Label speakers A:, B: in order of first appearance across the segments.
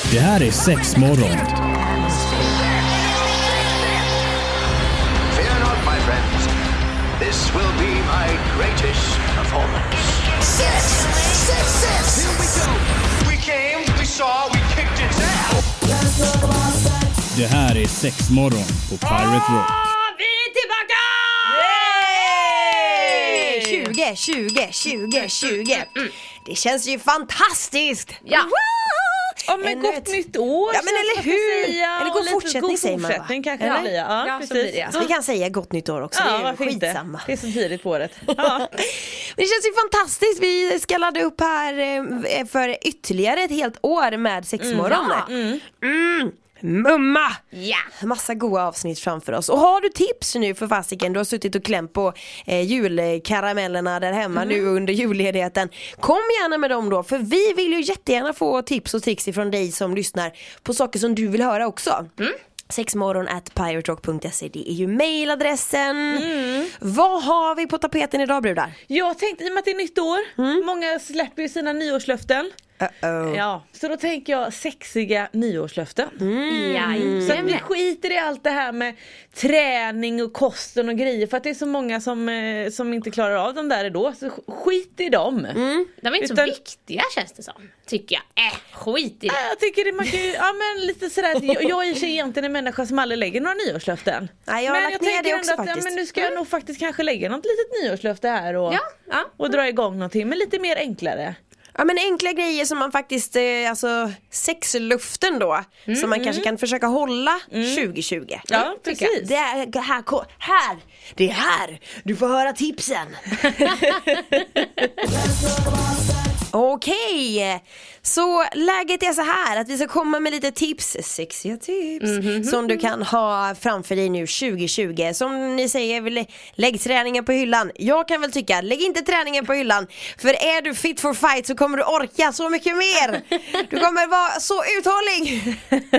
A: Det här är Sexmorgon.
B: Fear not, my friends. This will be my greatest performance.
C: Six!
B: Here we go. We came, we saw, we kicked its ass.
A: Det här är Sexmorgon på Pirate Rock.
D: Vi är tillbaka!
C: 20. Det känns ju fantastiskt.
D: Ja.
E: Ja, men gott nytt år.
C: Ja, men eller hur? Eller god fortsättning säger man, va?
E: fortsättning kanske
C: Eller?
E: det blir. Ja,
D: Ja, så
E: precis.
D: blir det, ja.
C: Så vi kan säga gott nytt år också,
E: Ja,
C: det är
E: varför
C: ju
E: inte?
C: skitsamma.
E: Det är så tidigt på året. Ja.
C: Det känns ju fantastiskt, vi ska ladda upp här för ytterligare ett helt år med Sexmorgon. Mumma!
D: Ja.
C: Massa goda avsnitt framför oss. Och har du tips nu för fasiken, du har suttit och klämt på julkaramellerna där hemma nu under julledigheten. Kom gärna med dem då, för vi vill ju jättegärna få tips och tricks ifrån dig som lyssnar på saker som du vill höra också. Sexmorgon@piraterock.se, det är ju mailadressen. Vad har vi på tapeten idag, brudar?
E: Jag tänkte, i och med att det är nytt år, många släpper ju sina nyårslöften. Ja, så då tänker jag sexiga nyårslöften. Så att vi skiter i allt det här med träning och kosten och grejer, för att det är så många som inte klarar av dem där då. Så skit i dem.
D: De är inte så viktiga, känns det som. Tycker jag. Skit i det.
E: Jag tycker det man kan ju, ja men lite sådär, jag är ju egentligen en människa som aldrig lägger några nyårslöften.
C: Nej, jag har lagt ner det också
E: att,
C: faktiskt.
E: ja, men nu ska jag nog faktiskt kanske lägga något litet nyårslöfte här och dra igång någonting, men lite mer enklare.
C: Ja, men enkla grejer som man faktiskt, alltså sexluften då, som man kanske kan försöka hålla 2020.
E: Ja, precis.
C: Det är här, det är här du får höra tipsen. Okej, så läget är så här att vi ska komma med lite tips, sexiga tips som du kan ha framför dig nu 2020. Som ni säger, lägg träningen på hyllan. Jag kan väl tycka, lägg inte träningen på hyllan, för är du fit for fight så kommer du orka så mycket mer. Du kommer vara så uthållig.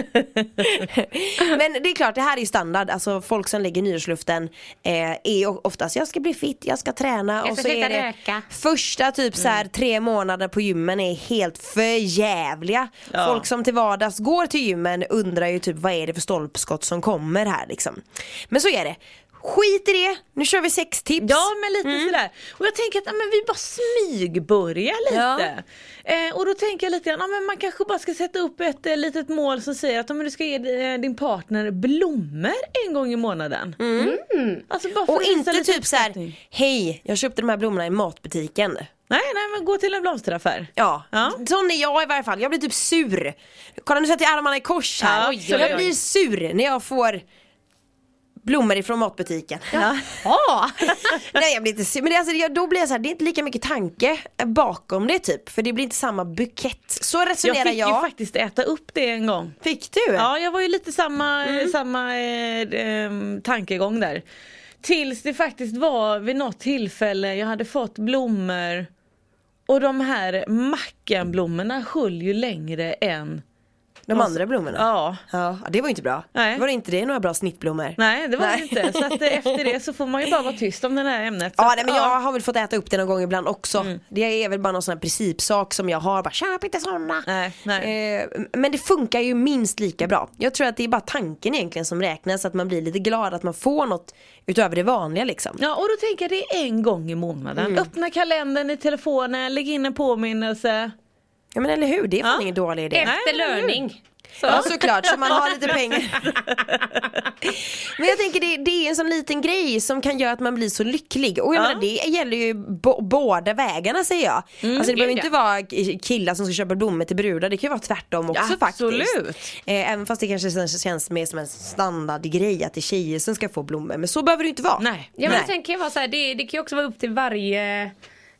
C: Men det är klart, det här är ju standard. Alltså folk som lägger nyårsluften är oftast, jag ska bli fit, jag ska träna,
D: Jag
C: och
D: ska
C: så är
D: sluta
C: det
D: röka.
C: första typ så här 3 månader på gymmen är helt förjävliga.
E: Ja.
C: Folk som till vardags går till gymmen undrar ju typ, vad är det för stolpskott som kommer här liksom. Men så är det. Skit i det, nu kör vi 6 tips.
E: Ja, men lite sådär. Och jag tänker att men vi bara smygbörjar lite. Och då tänker jag lite grann, men man kanske bara ska sätta upp ett litet mål som säger att du ska ge din partner blommor en gång i månaden. Alltså bara för
C: Och
E: att visa
C: inte
E: lite
C: typ så här:
E: uppskattning.
C: hej, jag köpte de här blommorna i matbutiken.
E: Nej, men gå till en blomsteraffär.
C: Ja,
E: Ja.
C: sån är jag i varje fall. Jag blir typ sur. Kolla, nu sätter jag armarna i kors här.
E: Ja, oj,
C: Så
E: oj,
C: jag
E: oj.
C: blir sur när jag får blommor ifrån matbutiken.
E: Ja.
C: Nej, jag blir inte sur. Men det, alltså, då blir jag så här, det är inte lika mycket tanke bakom det typ. För det blir inte samma bukett. Så resonerar
E: Jag fick
C: jag.
E: ju faktiskt äta upp det en gång.
C: Fick du?
E: Ja, jag var ju lite samma tankegång där. Tills det faktiskt var vid något tillfälle jag hade fått blommor. Och de här mackanblommorna skölj ju längre än
C: De andra blommorna?
E: Ja.
C: Ja, det var ju inte bra.
E: Nej.
C: Var det inte det några bra snittblommor?
E: Nej, det var det inte. Så att efter det så får man ju bara vara tyst om det här ämnet. Så
C: Ja,
E: att,
C: nej, men jag har väl fått äta upp det någon gång ibland också. Det är väl bara någon sån här principsak som jag har. Bara, köp inte såna.
E: Nej.
C: Men det funkar ju minst lika bra. Jag tror att det är bara tanken egentligen som räknas. Att man blir lite glad att man får något utöver det vanliga liksom.
E: Ja, och då tänker jag det är en gång i månaden. Öppna kalendern i telefonen, lägg in en påminnelse.
C: Ja, men eller hur, det är fan ingen dålig idé.
D: Efter löning.
C: Ja, såklart, så man har lite pengar. Men jag tänker det är en sån liten grej som kan göra att man blir så lycklig. Och jag menar, det gäller ju båda vägarna, säger jag. Alltså det behöver inte vara killar som ska köpa blommor till brudar. Det kan ju vara tvärtom också,
E: absolut.
C: faktiskt. Även fast det kanske känns mer som en standardgrej att det är tjejer som ska få blommor. Men så behöver det inte vara.
E: Nej.
D: Ja, men jag tänker vara så här, det kan ju också vara upp till varje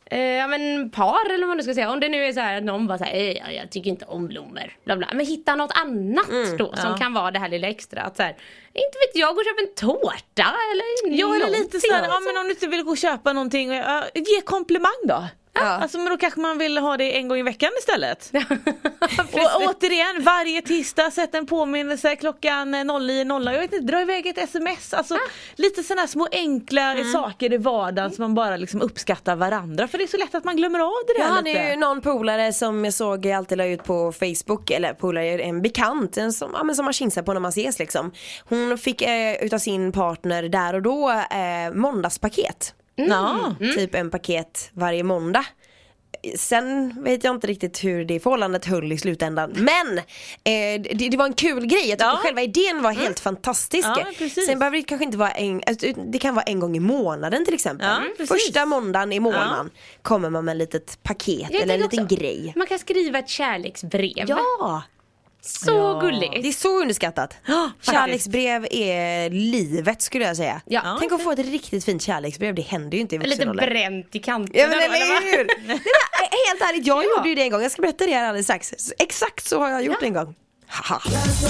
D: par, eller vad du ska säga. Om det nu är så här att någon bara säger jag tycker inte om blommor, bla bla. Men hitta något annat då som kan vara det här lilla extra. Att så här, inte vet jag, gå och köpa en tårta eller
E: Jag är
D: någonting.
E: lite så här, men om du inte vill gå och köpa någonting, ge komplimang då. Alltså, men då kanske man vill ha det en gång i veckan istället. Och återigen, varje tisdag sätt en påminnelse klockan 09.00. Jag vet inte, dra iväg ett sms. Alltså lite sådana här små enkla saker i vardagen som man bara liksom uppskattar varandra. För det är så lätt att man glömmer av det där. Jag hade
C: ju någon polare som jag såg alltid la ut på Facebook, eller polare, en bekant som man kinsar på när man ses liksom. Hon fick utav sin partner där och då måndagspaket. Typ en paket varje måndag. Sen vet jag inte riktigt hur det förhållandet höll i slutändan. Men det var en kul grej. Jag tycker själva idén var helt fantastisk. Sen behöver det kanske inte vara det kan vara en gång i månaden till exempel. Första måndagen i månaden kommer man med ett litet paket eller en liten grej.
D: Man kan skriva ett kärleksbrev.
C: Ja.
D: Så gulligt.
C: Det är så underskattat. Kärleksbrev är livet, skulle jag säga. Tänk att få ett riktigt fint kärleksbrev. Det händer ju inte i vuxen ålder.
D: Lite bränt i kanten.
C: Ja, men eller hur? Helt ärligt, jag gjorde ju det en gång. Jag ska berätta det här alldeles strax. Exakt så har jag gjort en gång. Haha.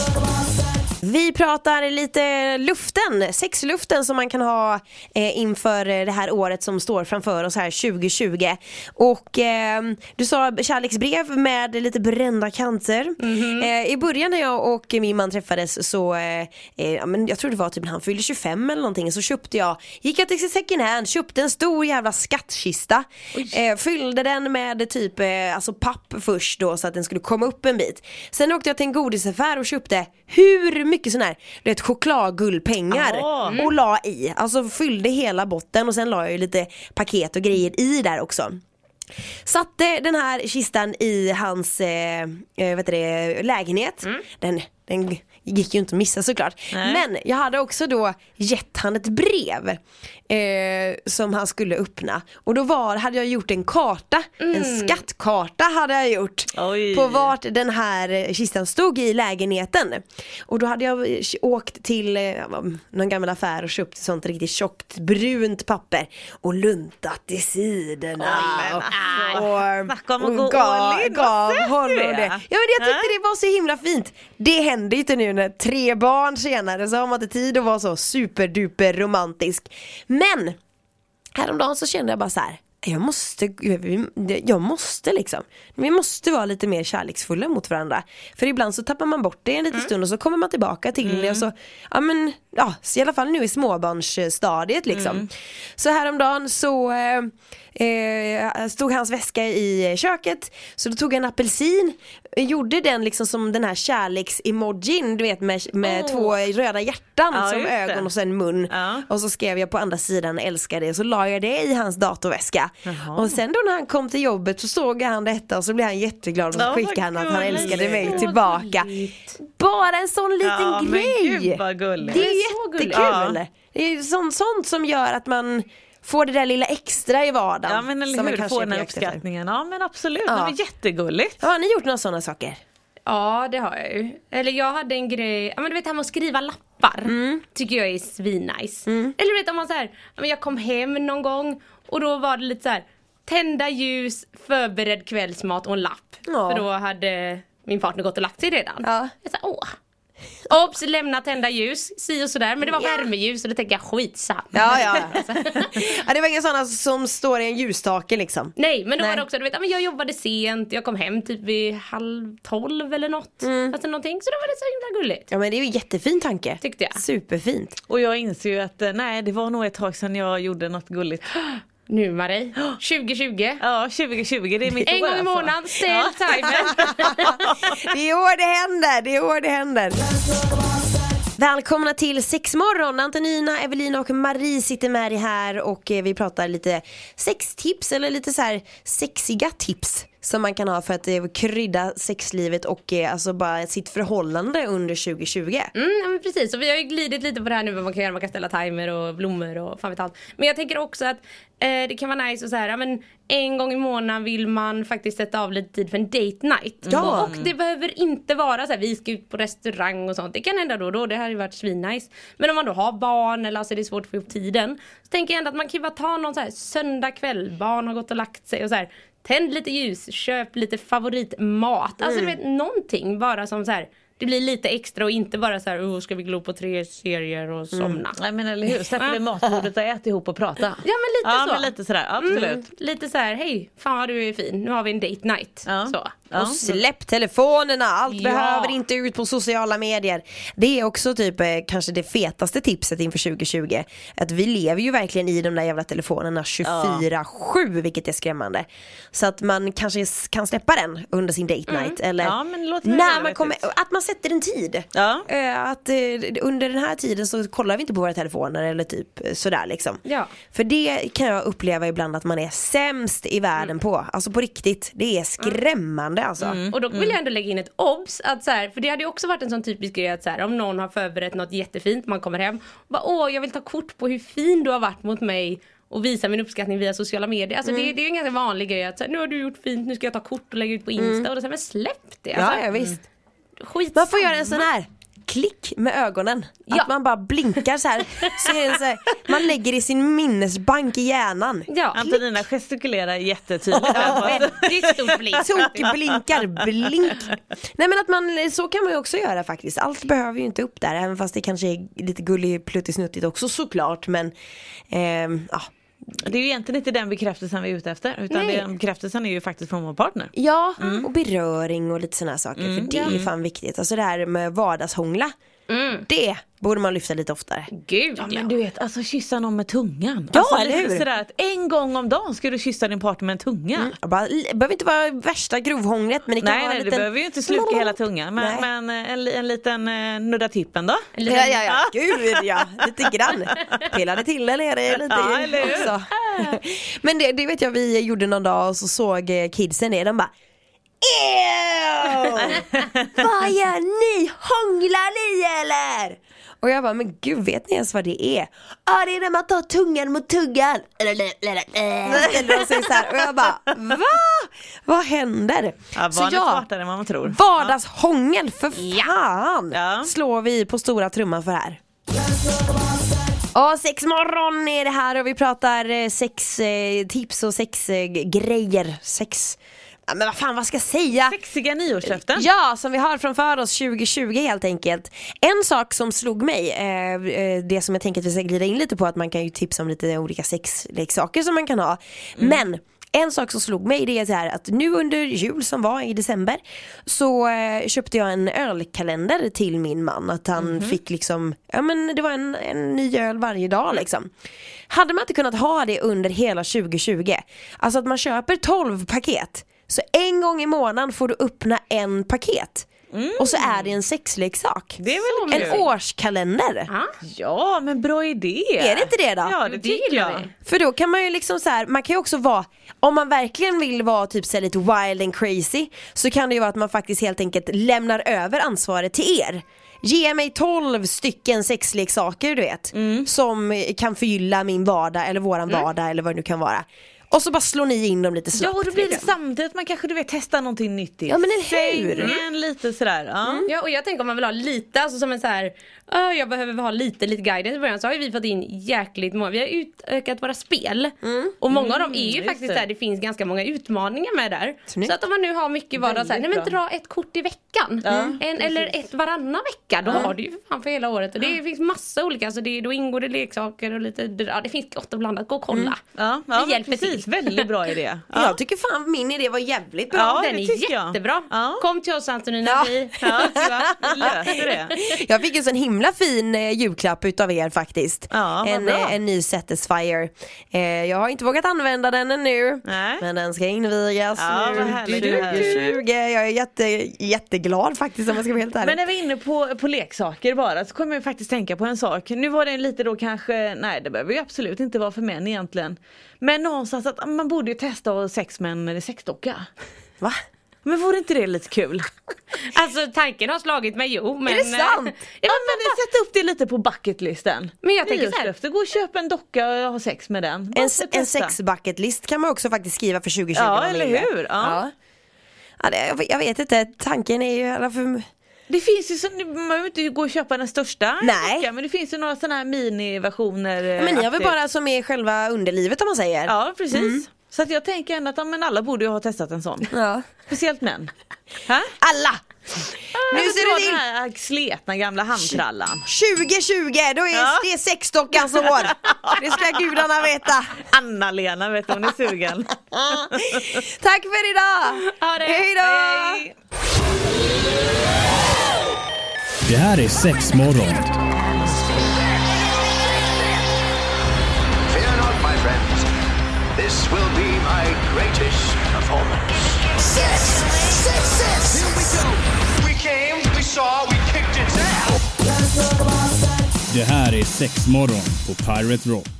C: Vi pratar lite luften, sexluften som man kan ha inför det här året som står framför oss här 2020. Och du sa kärleksbrev med lite brända kanter. I början när jag och min man träffades så, men jag tror det var typ när han fyllde 25 eller någonting, så gick jag till second hand, köpte en stor jävla skattkista. Fyllde den med typ alltså papp först då så att den skulle komma upp en bit. Sen åkte jag till en godisaffär och köpte hur mycket sån här, du vet, chokladgullpengar och la i, alltså fyllde hela botten och sen la jag ju lite paket och grejer i där också. Satte den här kistan i hans lägenhet. Den gick ju inte att missa såklart. Men jag hade också då gett han ett brev som han skulle öppna. Och då hade jag gjort en karta, en skattkarta hade jag gjort. På vart den här kistan stod i lägenheten. Och då hade jag åkt till någon gammal affär och köpt sånt riktigt tjockt brunt papper och luntat i sidorna. Och gav honom det. Ja, men jag tyckte det var så himla fint. Det hände ju inte nu när 3 barn senare så har man inte tid att vara så superduper romantisk. Men häromdagen så kände jag bara så här: jag måste liksom. Vi måste vara lite mer kärleksfulla mot varandra. För ibland så tappar man bort det en liten stund och så kommer man tillbaka till det och så, i alla fall nu i småbarnsstadiet liksom. Så häromdagen så stod hans väska i köket, så då tog jag en apelsin, gjorde den liksom som den här kärleks-emojin, du vet, med 2 röda hjärtan som ögon och sen mun. Och så skrev jag på andra sidan älskar det, så la jag det i hans datorväska. Och sen då när han kom till jobbet så såg han detta och så blev han jätteglad och så skickade han att han älskade mig tillbaka. Bara en sån liten grej.
E: Gud, vad gulligt.
C: Det är jättekul. Det är sånt som gör att man får det där lilla extra i vardagen.
E: Ja, men eller hur, får den här uppskattningen. Ja, men absolut, det är jättegulligt.
C: Har ni gjort några sådana saker?
D: Ja, det har jag ju. Eller jag hade en grej, du vet, här med att skriva lappar. Tycker jag är svinnice. Eller du vet, om man så här, jag kom hem någon gång och då var det lite så här: tända ljus, förberedd kvällsmat och en lapp. För då hade min partner gått och lagt sig redan. Jag sa, Ops, lämna tända ljus, si och sådär. Men det var värmeljus och då tänkte jag skitsamma.
C: Ja, det var inga sådana som står i en ljusstake liksom.
D: Nej, men då var det också, du vet, jag jobbade sent. Jag kom hem typ vid 11:30 eller något. Alltså någonting, så då var det så himla gulligt.
C: Ja, men det är ju en jättefin tanke.
D: Tyckte jag.
C: Superfint.
E: Och jag inser ju att det var nog ett tag sedan jag gjorde något gulligt.
D: Nu Marie, 2020.
E: Ja, 2020, det är mitt år.
D: En gång i månaden, ställ timer.
C: Det är år det händer. Välkomna till Sexmorgon. Antonina, Evelina och Marie sitter med dig här och vi pratar lite sextips eller lite så här sexiga tips som man kan ha för att krydda sexlivet och alltså bara sitt förhållande under 2020.
D: Men precis, och vi har ju glidit lite på det här nu vad man kan göra. Man kan ställa timer och blommor och fan vet allt. Men jag tänker också att det kan vara nice och så här, men en gång i månaden vill man faktiskt sätta av lite tid för en date night. Och det behöver inte vara så här, vi ska ut på restaurang och sånt. Det kan hända då, det här har ju varit svinnice. Men om man då har barn eller alltså det är svårt att få upp tiden, så tänker jag ändå att man kan bara ta någon så här söndag kväll, barn har gått och lagt sig och så här, tänd lite ljus, köp lite favoritmat. Alltså du vet, någonting bara som så här det blir lite extra och inte bara så här, ska vi glo på 3 serier och somna.
E: Nej men eller hur, sätter vi matbordet och äter ihop och prata.
D: Ja men lite så.
E: Men lite sådär, absolut.
D: Lite så här, hej, fan vad du är fin, nu har vi en date night. Så.
C: Och släpp telefonerna, allt behöver inte ut på sociala medier. Det är också typ kanske det fetaste tipset inför 2020. Att vi lever ju verkligen i de där jävla telefonerna 24/7, vilket är skrämmande. Så att man kanske kan släppa den under sin date night. Eller
E: men
C: när man kommer, att man sätter en tid. Att under den här tiden så kollar vi inte på våra telefoner eller typ sådär liksom. För det kan jag uppleva ibland att man är sämst i världen på. Alltså på riktigt, det är skrämmande. Alltså.
D: Och då vill jag ändå lägga in ett obs att så här, för det hade ju också varit en sån typisk grej att så här, om någon har förberett något jättefint, man kommer hem och bara, jag vill ta kort på hur fin du har varit mot mig och visa min uppskattning via sociala medier. Alltså det är ju en ganska vanlig grej att så här, nu har du gjort fint, nu ska jag ta kort och lägga ut på Insta och då säger men släpp det. Alltså,
C: ja visst.
D: Skitsamma.
C: Man får göra en sån här klick med ögonen. Att man bara blinkar så här. Så är det så här, man lägger i sin minnesbank i hjärnan.
E: Antonina gestikulerar jättetydligt.
D: Väldigt stort blink.
C: Blinkar, blink. Nej men att man, så kan man ju också göra faktiskt. Allt behöver ju inte upp där. Även fast det kanske är lite gullig pluttisnuttigt också såklart. Men
E: det är ju egentligen inte den bekräftelsen vi är ute efter. Utan den bekräftelsen är ju faktiskt från vår partner.
C: Ja, och beröring och lite sådana saker. För det är ju fan viktigt. Alltså det här med vardagshångla. Det borde man lyfta lite oftare.
D: Gud,
E: men du vet, alltså kyssa någon med tungan.
C: Ja,
E: alltså,
C: eller hur?
E: Sådär att en gång om dagen ska du kyssa din partner med en tunga.
C: Det behöver inte vara värsta grovhånglet, men det kan vara en liten...
E: du behöver ju inte sluka hela tungan. Men en liten nudda tippen då.
C: Ja, gud ja, lite grann. Pillade till den nere lite också. Men det vet jag, vi gjorde någon dag och så såg kidsen det, de bara vad gör ni? Hånglar ni eller? Och jag bara, men gud, vet ni ens vad det är? Det är när man tar tungan mot tuggan. Och jag bara, va? Vad händer?
E: Så smartare än vad man tror.
C: Vardagshångel, för fan. Slår vi på stora trumman för här. 6 morgon är det här och vi pratar sex tips och sex grejer. Men vad ska jag säga?
E: Sexiga nyårslöften.
C: Ja, som vi har framför oss 2020 helt enkelt. En sak som slog mig, det som jag tänker att vi ska glida in lite på, att man kan ju tipsa om lite olika sexleksaker som man kan ha. Men en sak som slog mig, det är så här att nu under jul som var i december så köpte jag en ölkalender till min man. Att han fick liksom, det var en ny öl varje dag liksom. Hade man inte kunnat ha det under hela 2020? Alltså att man köper 12 paket. Så en gång i månaden får du öppna en paket. Och så är det en sexleksak.
E: Det är väl
C: en årskalender.
E: Ja, men bra idé.
C: Är det inte det då?
E: Ja, det tycker jag.
C: För då kan man ju liksom så här, man kan ju också vara, om man verkligen vill vara typ så här lite wild and crazy, så kan det ju vara att man faktiskt helt enkelt lämnar över ansvaret till er. Ge mig 12 stycken sexleksaker, du vet, som kan förgylla min vardag eller våran vardag eller vad det nu kan vara. Och så bara slår ni in dem lite snabbt.
E: Ja, och då blir det samtidigt man kanske, du vet, testar någonting nyttigt.
C: Ja, men hur?
E: Lite sådär.
D: Ja, och jag tänker om man vill ha lite, alltså som en så här, jag behöver ha lite guidance i början, så har vi fått in jäkligt många. Vi har utökat våra spel. Och många av dem är ju faktiskt där, det finns ganska många utmaningar med där. Så att om man nu har mycket vardag så här, nej men dra ett kort i veckan. Eller ett varannan vecka, då har du ju fan för hela året. Och det finns massa olika, så då ingår det leksaker och lite, det finns gott och blandat. Gå och kolla. Det hjälper till.
E: Väldigt bra idé.
C: Jag tycker fan min idé var jävligt bra.
D: Ja, den är jättebra. Kom till oss, Antonina.
E: Löser det.
C: Jag fick en sån himla fin julklapp utav er faktiskt. En ny Satisfyer. Jag har inte vågat använda den ännu. Men den ska invigas nu 2020. Jag är jätteglad faktiskt, om jag ska vara helt ärlig.
E: Men när vi är inne på leksaker bara, så kommer jag faktiskt tänka på en sak. Nu var det lite då kanske, nej det behöver ju absolut inte vara för män egentligen. Men någonstans att man borde ju testa att ha sex med en sexdocka.
C: Va?
E: Men vore inte det lite kul?
D: Alltså tanken har slagit mig, jo. Men,
C: är det sant?
E: Ja, men sätt upp det lite på bucketlisten.
D: Men jag tänker så här,
E: gå och köpa en docka och ha sex med den.
C: En sex-bucketlist kan man också faktiskt skriva för 2020.
E: Ja, eller hur? Ja.
C: Jag vet inte, tanken är ju alla för...
E: Det finns ju så, man behöver inte gå och köpa den största.
C: Nej.
E: Men det finns ju några sådana här mini-versioner.
C: Men ni har väl bara som är själva underlivet, om man säger.
E: Ja, precis. Så att jag tänker ändå att alla borde ju ha testat en sån.
C: Ja.
E: Speciellt män.
C: Alla! Nu ser det till.
E: Den här sletna gamla handtrallan.
C: 2020, då är det sexdockans år. Det ska gudarna veta.
E: Anna-Lena vet hon är sugen.
C: Tack för idag. Hej då.
E: Hej.
A: Det här är Sexmorgon.
B: Fear not, my friends. This will be my greatest performance.
F: Six. Here we go. We came, we saw, we kicked its ass.
A: Det här är Sexmorgon på Pirate Rock.